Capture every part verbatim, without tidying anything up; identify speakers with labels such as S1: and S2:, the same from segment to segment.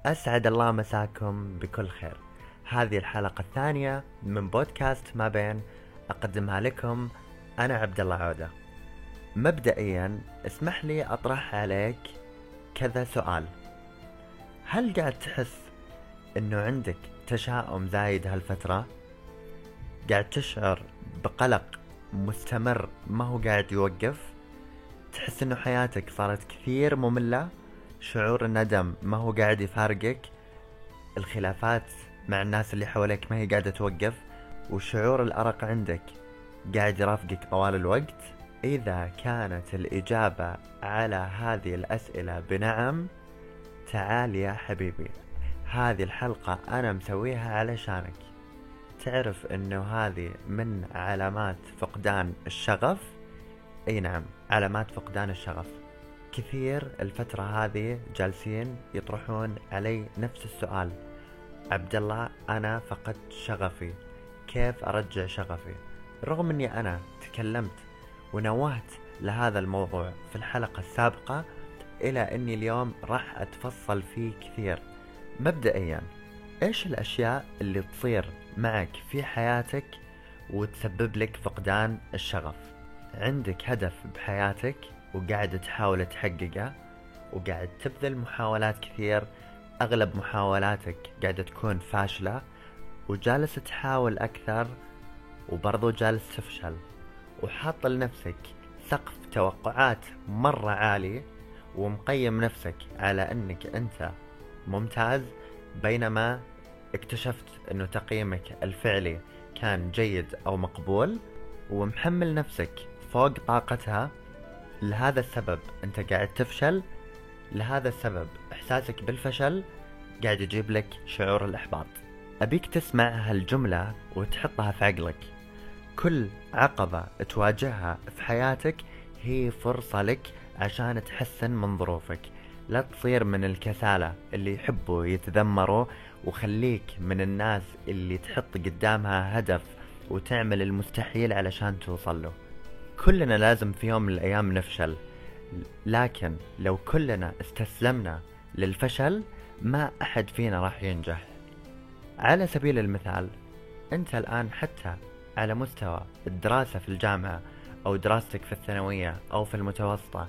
S1: أسعد الله مساكم بكل خير. هذه الحلقة الثانية من بودكاست ما بين أقدمها لكم أنا عبد الله عودة. مبدئيا اسمح لي أطرح عليك كذا سؤال. هل قاعد تحس أنه عندك تشاؤم زايد هالفترة؟ قاعد تشعر بقلق مستمر ما هو قاعد يوقف؟ تحس أنه حياتك صارت كثير مملة؟ شعور الندم ما هو قاعد يفارقك؟ الخلافات مع الناس اللي حواليك ما هي قاعدة توقف؟ وشعور الأرق عندك قاعد يرافقك طوال الوقت؟ إذا كانت الإجابة على هذه الأسئلة بنعم، تعال يا حبيبي، هذه الحلقة أنا مسويها علشانك. تعرف أنه هذه من علامات فقدان الشغف؟ أي نعم، علامات فقدان الشغف. كثير الفترة هذه جالسين يطرحون علي نفس السؤال: عبد الله أنا فقدت شغفي، كيف أرجع شغفي؟ رغم أني أنا تكلمت ونوهت لهذا الموضوع في الحلقة السابقة، إلى أني اليوم راح أتفصل فيه كثير. مبدئيا، إيش الأشياء اللي تصير معك في حياتك وتسبب لك فقدان الشغف؟ عندك هدف بحياتك وقاعد تحاول تحققه، وقاعد تبذل محاولات كثير، أغلب محاولاتك قاعدة تكون فاشلة، وجالس تحاول أكثر وبرضو جالس تفشل، وحاط لنفسك سقف توقعات مرة عالي، ومقيم نفسك على أنك أنت ممتاز، بينما اكتشفت أنه تقييمك الفعلي كان جيد أو مقبول، ومحمل نفسك فوق طاقتها. لهذا السبب أنت قاعد تفشل، لهذا السبب إحساسك بالفشل قاعد يجيب لك شعور الإحباط. أبيك تسمع هالجملة وتحطها في عقلك: كل عقبة تواجهها في حياتك هي فرصة لك عشان تحسن من ظروفك. لا تصير من الكسالى اللي يحبوا يتذمروا، وخليك من الناس اللي تحط قدامها هدف وتعمل المستحيل علشان توصل له. كلنا لازم في يوم من الأيام نفشل، لكن لو كلنا استسلمنا للفشل ما أحد فينا راح ينجح. على سبيل المثال، أنت الآن حتى على مستوى الدراسة في الجامعة أو دراستك في الثانوية أو في المتوسطة،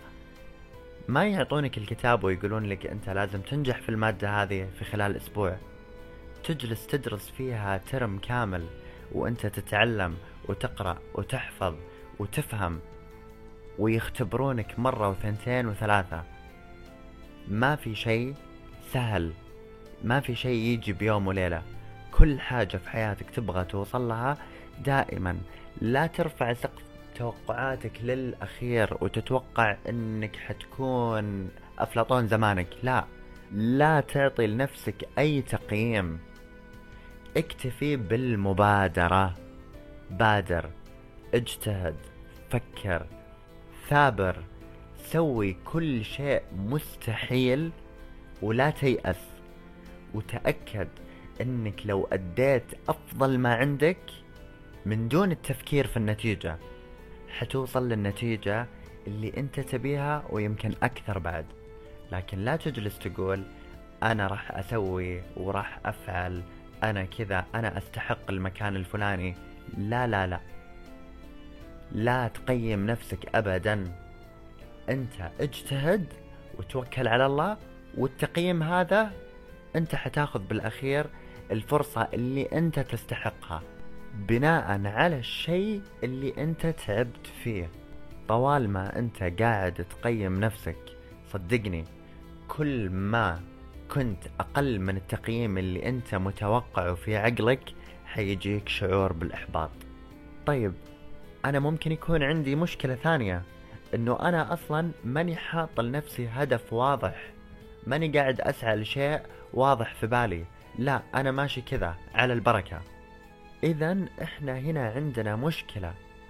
S1: ما يعطونك الكتاب ويقولون لك أنت لازم تنجح في المادة هذه في خلال أسبوع. تجلس تدرس فيها ترم كامل وأنت تتعلم وتقرأ وتحفظ وتفهم، ويختبرونك مرة وثنتين وثلاثة. ما في شيء سهل، ما في شيء يجي بيوم وليلة. كل حاجة في حياتك تبغى توصل لها دائما لا ترفع سقف توقعاتك للأخير وتتوقع أنك حتكون أفلاطون زمانك. لا لا تعطي لنفسك أي تقييم، اكتفي بالمبادرة. بادر، اجتهد، فكر، ثابر، سوي كل شيء مستحيل ولا تيأس، وتأكد انك لو أديت افضل ما عندك من دون التفكير في النتيجة حتوصل للنتيجة اللي انت تبيها ويمكن اكثر بعد. لكن لا تجلس تقول انا راح اسوي وراح افعل، انا كذا، انا استحق المكان الفلاني. لا لا لا لا تقيم نفسك أبدا. أنت اجتهد وتوكل على الله، والتقييم هذا أنت حتاخذ بالأخير الفرصة اللي أنت تستحقها بناء على الشيء اللي أنت تعبت فيه. طوال ما أنت قاعد تقيم نفسك، صدقني كل ما كنت أقل من التقييم اللي أنت متوقعه في عقلك حيجيك شعور بالإحباط. طيب، أنا ممكن يكون عندي مشكلة ثانية، إنه أنا أصلا ماني حاط لنفسي هدف واضح، ماني قاعد أسعى لشيء واضح في بالي. لا، أنا ماشي كذا على البركة. إذن إحنا هنا عندنا مشكلة،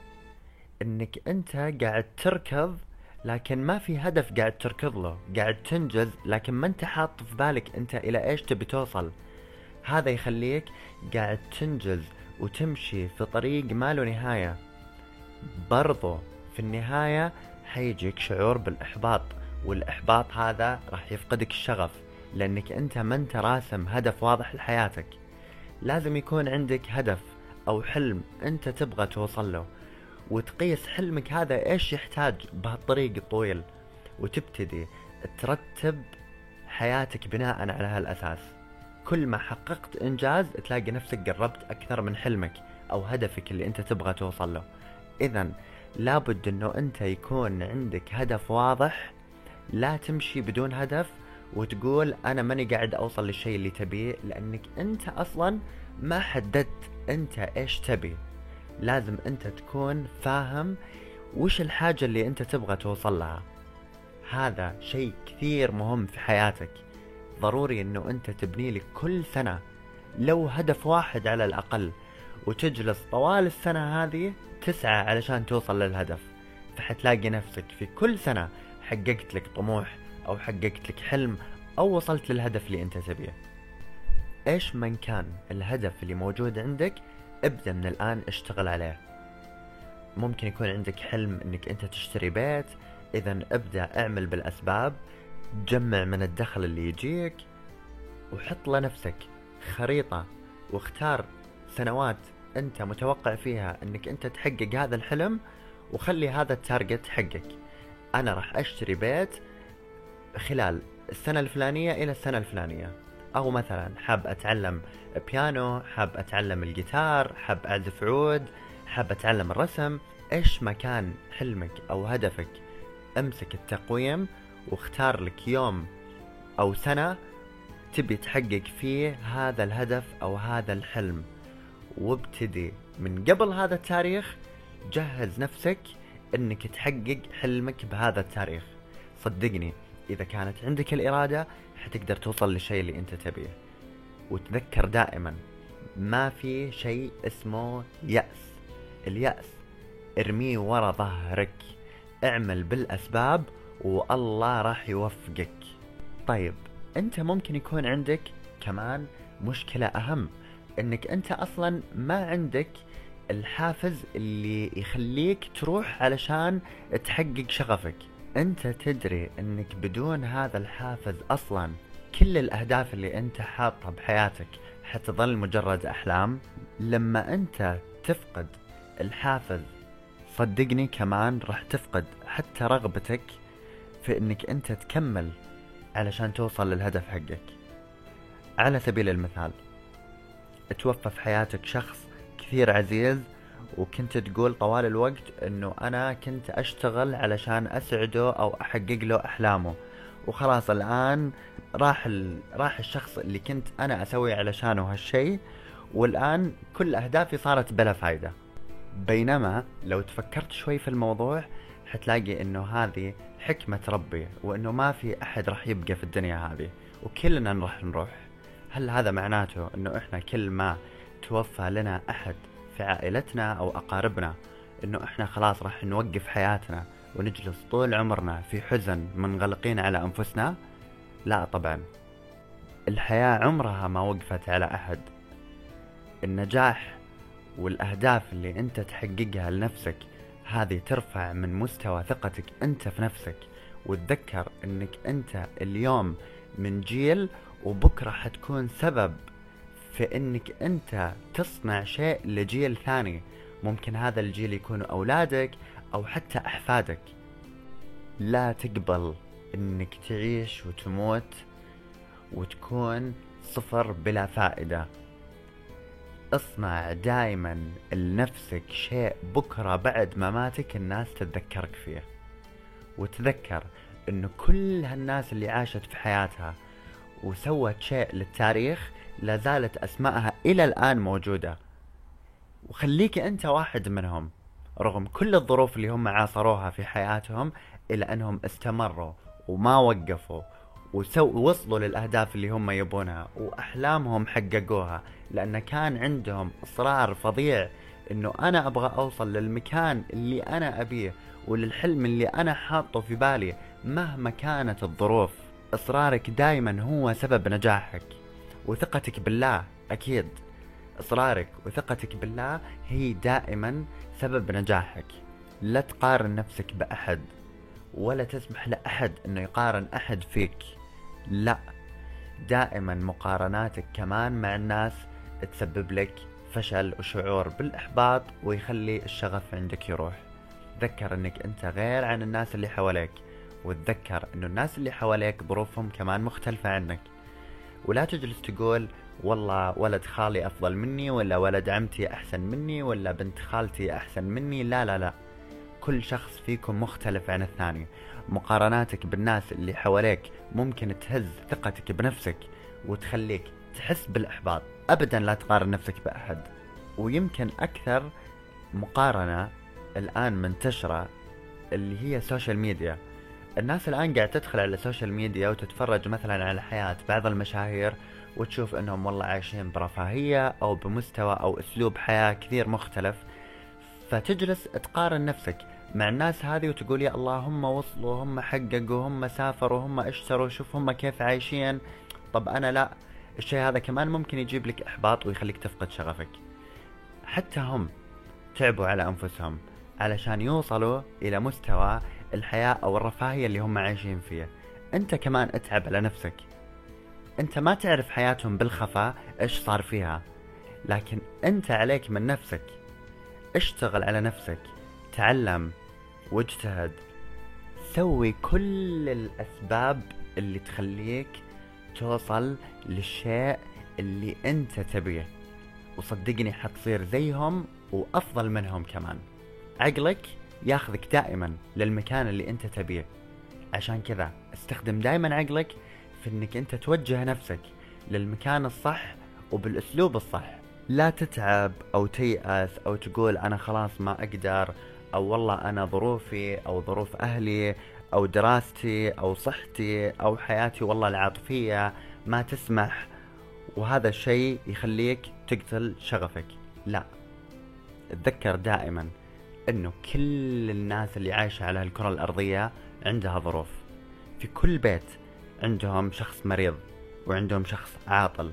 S1: إنك أنت قاعد تركض لكن ما في هدف قاعد تركض له، قاعد تنجز لكن ما أنت حاط في بالك أنت إلى إيش تبي توصل. هذا يخليك قاعد تنجز وتمشي في طريق ما له نهاية. برضو في النهاية حيجيك شعور بالإحباط، والإحباط هذا راح يفقدك الشغف، لأنك أنت ما أنت راسم هدف واضح لحياتك. لازم يكون عندك هدف أو حلم أنت تبغى توصل له، وتقيس حلمك هذا إيش يحتاج بهالطريق الطويل، وتبتدي ترتب حياتك بناء على هالأساس. كل ما حققت إنجاز تلاقي نفسك قربت أكثر من حلمك أو هدفك اللي أنت تبغى توصل له. إذن لابد أنه أنت يكون عندك هدف واضح. لا تمشي بدون هدف وتقول أنا ماني قاعد أوصل للشيء اللي تبيه، لأنك أنت أصلا ما حددت أنت إيش تبي. لازم أنت تكون فاهم وش الحاجة اللي أنت تبغى توصل لها. هذا شيء كثير مهم في حياتك. ضروري أنه أنت تبني لك كل سنة لو هدف واحد على الأقل، وتجلس طوال السنة هذه تسعى علشان توصل للهدف. فحتلاقي نفسك في كل سنة حققت لك طموح أو حققت لك حلم أو وصلت للهدف اللي أنت تبيه. إيش من كان الهدف اللي موجود عندك، ابدأ من الآن اشتغل عليه. ممكن يكون عندك حلم أنك أنت تشتري بيت، إذن ابدأ اعمل بالأسباب، جمع من الدخل اللي يجيك، وحط لنفسك خريطة واختار سنوات أنت متوقع فيها أنك أنت تحقق هذا الحلم، وخلي هذا التارجت حقك. أنا راح أشتري بيت خلال السنة الفلانية إلى السنة الفلانية. أو مثلا حاب أتعلم بيانو، حاب أتعلم الجيتار، حاب أعزف عود، حاب أتعلم الرسم. إيش ما كان حلمك أو هدفك، امسك التقويم واختار لك يوم أو سنة تبي تحقق فيه هذا الهدف أو هذا الحلم، وابتدي من قبل هذا التاريخ جهز نفسك انك تحقق حلمك بهذا التاريخ. صدقني اذا كانت عندك الارادة حتقدر توصل للشيء اللي انت تبيه. وتذكر دائما ما في شيء اسمه يأس. اليأس ارميه ورا ظهرك، اعمل بالاسباب والله راح يوفقك. طيب انت ممكن يكون عندك كمان مشكلة اهم، انك انت اصلا ما عندك الحافز اللي يخليك تروح علشان تحقق شغفك. انت تدري انك بدون هذا الحافز اصلا كل الاهداف اللي انت حاطها بحياتك حتظل مجرد احلام. لما انت تفقد الحافز صدقني كمان راح تفقد حتى رغبتك في انك انت تكمل علشان توصل للهدف حقك. على سبيل المثال، توفى في حياتك شخص كثير عزيز، وكنت تقول طوال الوقت انه انا كنت اشتغل علشان اسعده او احقق له احلامه، وخلاص الان راح ال... راح الشخص اللي كنت انا اسوي علشانه هالشيء، والان كل اهدافي صارت بلا فايدة. بينما لو تفكرت شوي في الموضوع حتلاقي انه هذه حكمة ربي، وانه ما في احد راح يبقى في الدنيا هذه وكلنا راح نروح. هل هذا معناته انه احنا كل ما توفى لنا احد في عائلتنا او اقاربنا انه احنا خلاص راح نوقف حياتنا ونجلس طول عمرنا في حزن منغلقين على انفسنا؟ لا طبعا، الحياة عمرها ما وقفت على احد. النجاح والاهداف اللي انت تحققها لنفسك هذه ترفع من مستوى ثقتك انت في نفسك، وتذكر انك انت اليوم من جيل، وبكرة حتكون سبب في انك انت تصنع شيء لجيل ثاني. ممكن هذا الجيل يكون اولادك او حتى احفادك. لا تقبل انك تعيش وتموت وتكون صفر بلا فائدة. اصنع دائما لنفسك شيء بكرة بعد مماتك الناس تتذكرك فيه. وتذكر انه كل هالناس اللي عاشت في حياتها وسوت شيء للتاريخ لا زالت اسماءها الى الان موجودة، وخليك انت واحد منهم. رغم كل الظروف اللي هم عاصروها في حياتهم الا انهم استمروا وما وقفوا، ووصلوا للأهداف اللي هم يبونها وأحلامهم حققوها، لأن كان عندهم إصرار فظيع إنه أنا أبغى أوصل للمكان اللي أنا أبيه وللحلم اللي أنا حاطه في بالي مهما كانت الظروف. إصرارك دايما هو سبب نجاحك، وثقتك بالله أكيد. إصرارك وثقتك بالله هي دائما سبب نجاحك. لا تقارن نفسك بأحد، ولا تسمح لأحد إنه يقارن أحد فيك. لا، دائما مقارناتك كمان مع الناس تسبب لك فشل وشعور بالإحباط ويخلي الشغف عندك يروح. تذكر انك انت غير عن الناس اللي حواليك، وتذكر انه الناس اللي حواليك ظروفهم كمان مختلفة عنك. ولا تجلس تقول والله ولد خالي افضل مني، ولا ولد عمتي احسن مني، ولا بنت خالتي احسن مني. لا لا لا، كل شخص فيكم مختلف عن الثاني. مقارناتك بالناس اللي حواليك ممكن تهز ثقتك بنفسك وتخليك تحس بالإحباط. أبدا لا تقارن نفسك بأحد. ويمكن أكثر مقارنة الآن منتشرة اللي هي السوشيال ميديا. الناس الآن قاعد تدخل على السوشيال ميديا وتتفرج مثلا على حياة بعض المشاهير، وتشوف أنهم والله عايشين برفاهية أو بمستوى أو أسلوب حياة كثير مختلف، فتجلس تقارن نفسك مع الناس هذه وتقول يا الله هم وصلوا، هم حققوا، هم سافروا، هم اشتروا، شوف هم كيف عايشين. طب أنا لا. الشيء هذا كمان ممكن يجيب لك إحباط ويخليك تفقد شغفك. حتى هم تعبوا على أنفسهم علشان يوصلوا إلى مستوى الحياة أو الرفاهية اللي هم عايشين فيها. أنت كمان اتعب على نفسك. أنت ما تعرف حياتهم بالخفاء إيش صار فيها، لكن أنت عليك من نفسك. اشتغل على نفسك، تعلم واجتهد، سوي كل الأسباب اللي تخليك توصل للشيء اللي أنت تبيه، وصدقني حتصير زيهم وأفضل منهم كمان. عقلك ياخذك دائما للمكان اللي أنت تبيه، عشان كذا استخدم دائما عقلك في أنك أنت توجه نفسك للمكان الصح وبالأسلوب الصح. لا تتعب أو تيأس أو تقول أنا خلاص ما أقدر، أو والله أنا ظروفي أو ظروف أهلي أو دراستي أو صحتي أو حياتي والله العاطفية ما تسمح، وهذا الشيء يخليك تقتل شغفك. لا، اتذكر دائما أنه كل الناس اللي عايشة على الكرة الأرضية عندها ظروف. في كل بيت عندهم شخص مريض، وعندهم شخص عاطل،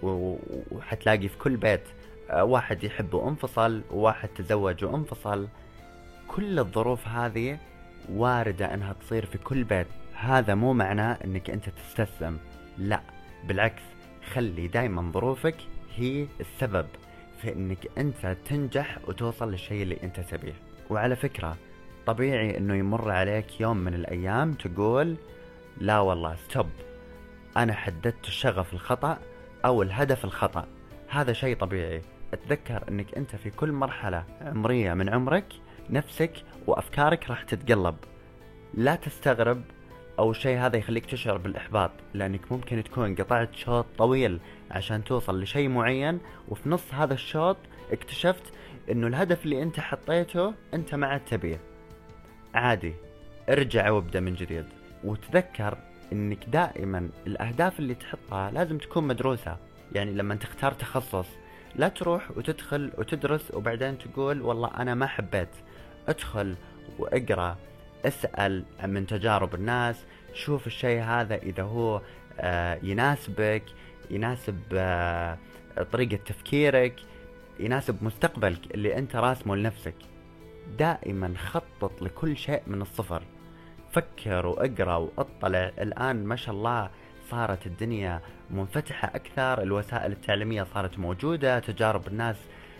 S1: وحتلاقي في كل بيت واحد يحب وانفصل، وواحد تزوج وانفصل. كل الظروف هذه واردة انها تصير في كل بيت. هذا مو معناه انك انت تستسلم، لا بالعكس، خلي دايما ظروفك هي السبب في انك انت تنجح وتوصل للشيء اللي انت تبيه. وعلى فكرة طبيعي انه يمر عليك يوم من الايام تقول لا والله ستوب، انا حددت الشغف الخطأ او الهدف الخطأ. هذا شيء طبيعي. اتذكر انك انت في كل مرحلة عمرية من عمرك نفسك وافكارك راح تتقلب. لا تستغرب او شيء هذا يخليك تشعر بالاحباط، لانك ممكن تكون قطعت شوط طويل عشان توصل لشيء معين، وفي نص هذا الشوط اكتشفت انه الهدف اللي انت حطيته انت ما عاد تبيه. عادي، ارجع وابدأ من جديد. وتذكر انك دائما الاهداف اللي تحطها لازم تكون مدروسة. يعني لما تختار تخصص لا تروح وتدخل وتدرس وبعدين تقول والله انا ما حبيت. ادخل واقرأ، اسأل من تجارب الناس، شوف الشيء هذا اذا هو آه يناسبك، يناسب آه طريقة تفكيرك، يناسب مستقبلك اللي انت راسمه لنفسك. دائما خطط لكل شيء من الصفر. فكر واقرأ واطلع. الآن ما شاء الله صارت الدنيا منفتحة أكثر، الوسائل التعليمية صارت موجودة، تجارب الناس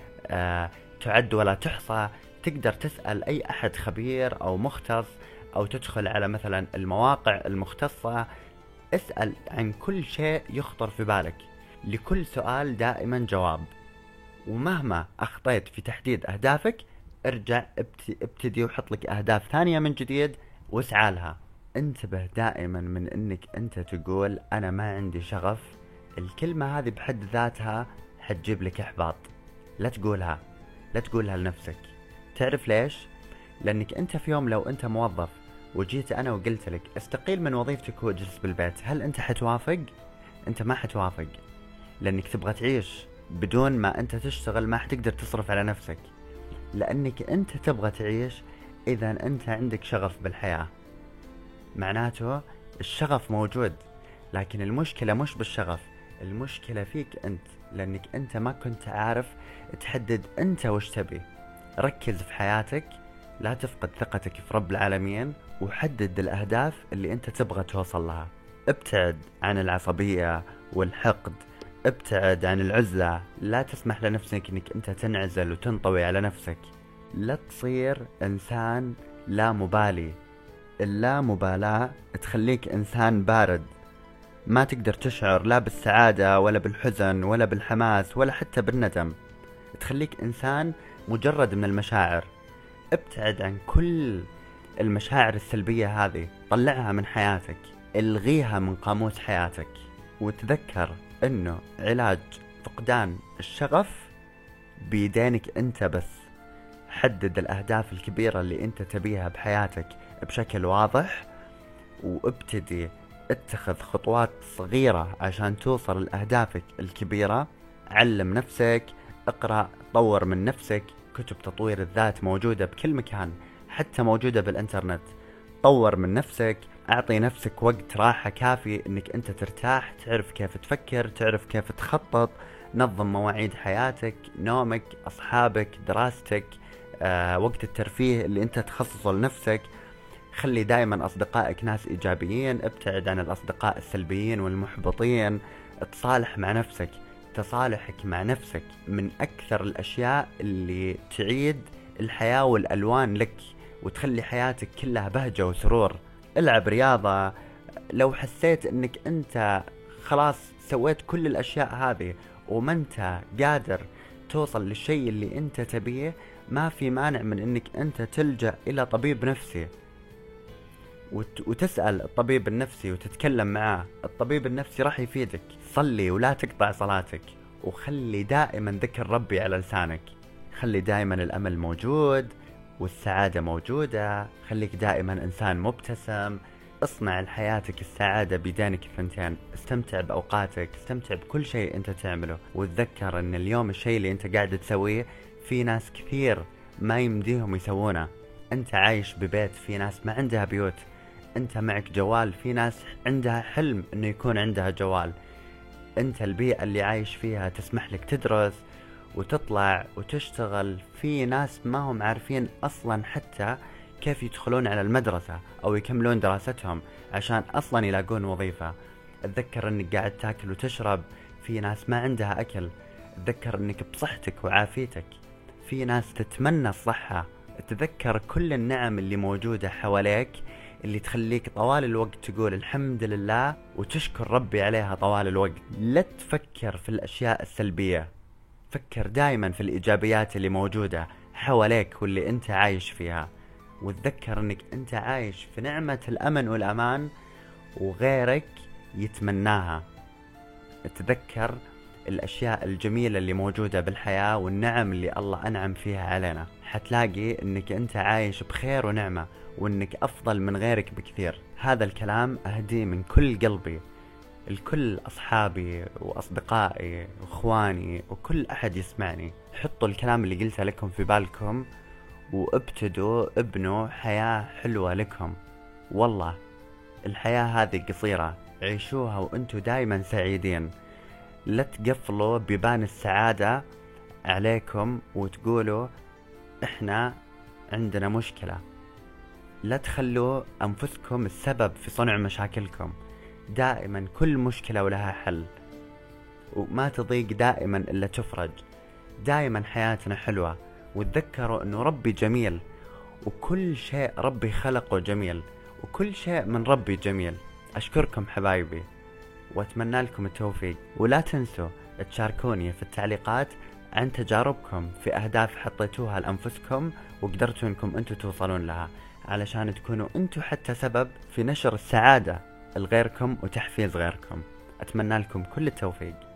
S1: آه تعد ولا تحصى. تقدر تسأل أي أحد خبير أو مختص، أو تدخل على مثلا المواقع المختصة، اسأل عن كل شيء يخطر في بالك. لكل سؤال دائما جواب. ومهما أخطيت في تحديد أهدافك ارجع ابتدي وحط لك أهداف ثانية من جديد واسعى لها. انتبه دائما من انك انت تقول انا ما عندي شغف. الكلمة هذه بحد ذاتها حتجيب لك احباط. لا تقولها، لا تقولها لنفسك. تعرف ليش؟ لانك انت في يوم لو انت موظف وجيت انا وقلت لك استقيل من وظيفتك واجلس بالبيت، هل انت حتوافق؟ انت ما حتوافق، لانك تبغى تعيش. بدون ما انت تشتغل ما حتقدر تصرف على نفسك، لانك انت تبغى تعيش. اذا انت عندك شغف بالحياة معناته الشغف موجود، لكن المشكلة مش بالشغف، المشكلة فيك أنت، لأنك أنت ما كنت عارف تحدد أنت وش تبي. ركز في حياتك، لا تفقد ثقتك في رب العالمين، وحدد الأهداف اللي أنت تبغى توصل لها. ابتعد عن العصبية والحقد، ابتعد عن العزلة. لا تسمح لنفسك انك انت تنعزل وتنطوي على نفسك. لا تصير انسان لا مبالي. اللامبالاة تخليك انسان بارد، ما تقدر تشعر لا بالسعادة ولا بالحزن ولا بالحماس ولا حتى بالندم. تخليك انسان مجرد من المشاعر. ابتعد عن كل المشاعر السلبية هذه، طلعها من حياتك، الغيها من قاموس حياتك. وتذكر انه علاج فقدان الشغف بيدينك انت بس. حدد الاهداف الكبيرة اللي انت تبيها بحياتك بشكل واضح، وابتدي اتخذ خطوات صغيرة عشان توصل لأهدافك الكبيرة. علم نفسك، اقرأ، طور من نفسك. كتب تطوير الذات موجودة بكل مكان، حتى موجودة بالانترنت. طور من نفسك، اعطي نفسك وقت راحة كافي انك انت ترتاح، تعرف كيف تفكر، تعرف كيف تخطط. نظم مواعيد حياتك، نومك، اصحابك، دراستك، آه، وقت الترفيه اللي انت تخصصه لنفسك. خلي دائما أصدقائك ناس إيجابيين، ابتعد عن الأصدقاء السلبيين والمحبطين. تصالح مع نفسك. تصالحك مع نفسك من أكثر الأشياء اللي تعيد الحياة والألوان لك وتخلي حياتك كلها بهجة وسرور. العب رياضة. لو حسيت أنك أنت خلاص سويت كل الأشياء هذه وما أنت قادر توصل للشيء اللي أنت تبيه، ما في مانع من أنك أنت تلجأ إلى طبيب نفسي وتسأل الطبيب النفسي وتتكلم معاه. الطبيب النفسي راح يفيدك. صلي ولا تقطع صلاتك، وخلي دائما ذكر ربي على لسانك. خلي دائما الأمل موجود والسعادة موجودة. خليك دائما إنسان مبتسم. اصنع لحياتك السعادة بيدينك الثنتين. استمتع بأوقاتك، استمتع بكل شيء انت تعمله، وتذكر ان اليوم الشيء اللي انت قاعد تسويه في ناس كثير ما يمديهم يسوونه. انت عايش ببيت، في ناس ما عندها بيوت. انت معك جوال، في ناس عندها حلم انه يكون عندها جوال. انت البيئة اللي عايش فيها تسمح لك تدرس وتطلع وتشتغل. في ناس ما هم عارفين اصلا حتى كيف يدخلون على المدرسة او يكملون دراستهم عشان اصلا يلاقون وظيفة. اتذكر انك قاعد تاكل وتشرب، في ناس ما عندها اكل. اتذكر انك بصحتك وعافيتك، في ناس تتمنى الصحة. تذكر كل النعم اللي موجودة حواليك اللي تخليك طوال الوقت تقول الحمد لله وتشكر ربي عليها طوال الوقت. لا تفكر في الأشياء السلبية، فكر دائما في الإيجابيات اللي موجودة حواليك واللي أنت عايش فيها. وتذكر أنك أنت عايش في نعمة الأمن والأمان وغيرك يتمناها. تذكر الأشياء الجميلة اللي موجودة بالحياة والنعم اللي الله أنعم فيها علينا. حتلاقي أنك أنت عايش بخير ونعمة وأنك أفضل من غيرك بكثير. هذا الكلام أهديه من كل قلبي الكل أصحابي وأصدقائي وإخواني وكل أحد يسمعني. حطوا الكلام اللي قلته لكم في بالكم وابتدوا ابنوا حياة حلوة لكم. والله الحياة هذه قصيرة، عيشوها وأنتوا دايما سعيدين. لا تقفلوا بيبان السعادة عليكم وتقولوا إحنا عندنا مشكلة. لا تخلوا أنفسكم السبب في صنع مشاكلكم. دائما كل مشكلة ولها حل، وما تضيق دائما إلا تفرج. دائما حياتنا حلوة، وتذكروا أنه ربي جميل وكل شيء ربي خلقه جميل وكل شيء من ربي جميل. أشكركم حبايبي وأتمنى لكم التوفيق. ولا تنسوا تشاركوني في التعليقات عن تجاربكم في أهداف حطيتوها لأنفسكم وقدرتوا أنكم أنتوا توصلون لها، علشان تكونوا أنتوا حتى سبب في نشر السعادة لغيركم وتحفيز غيركم. أتمنى لكم كل التوفيق.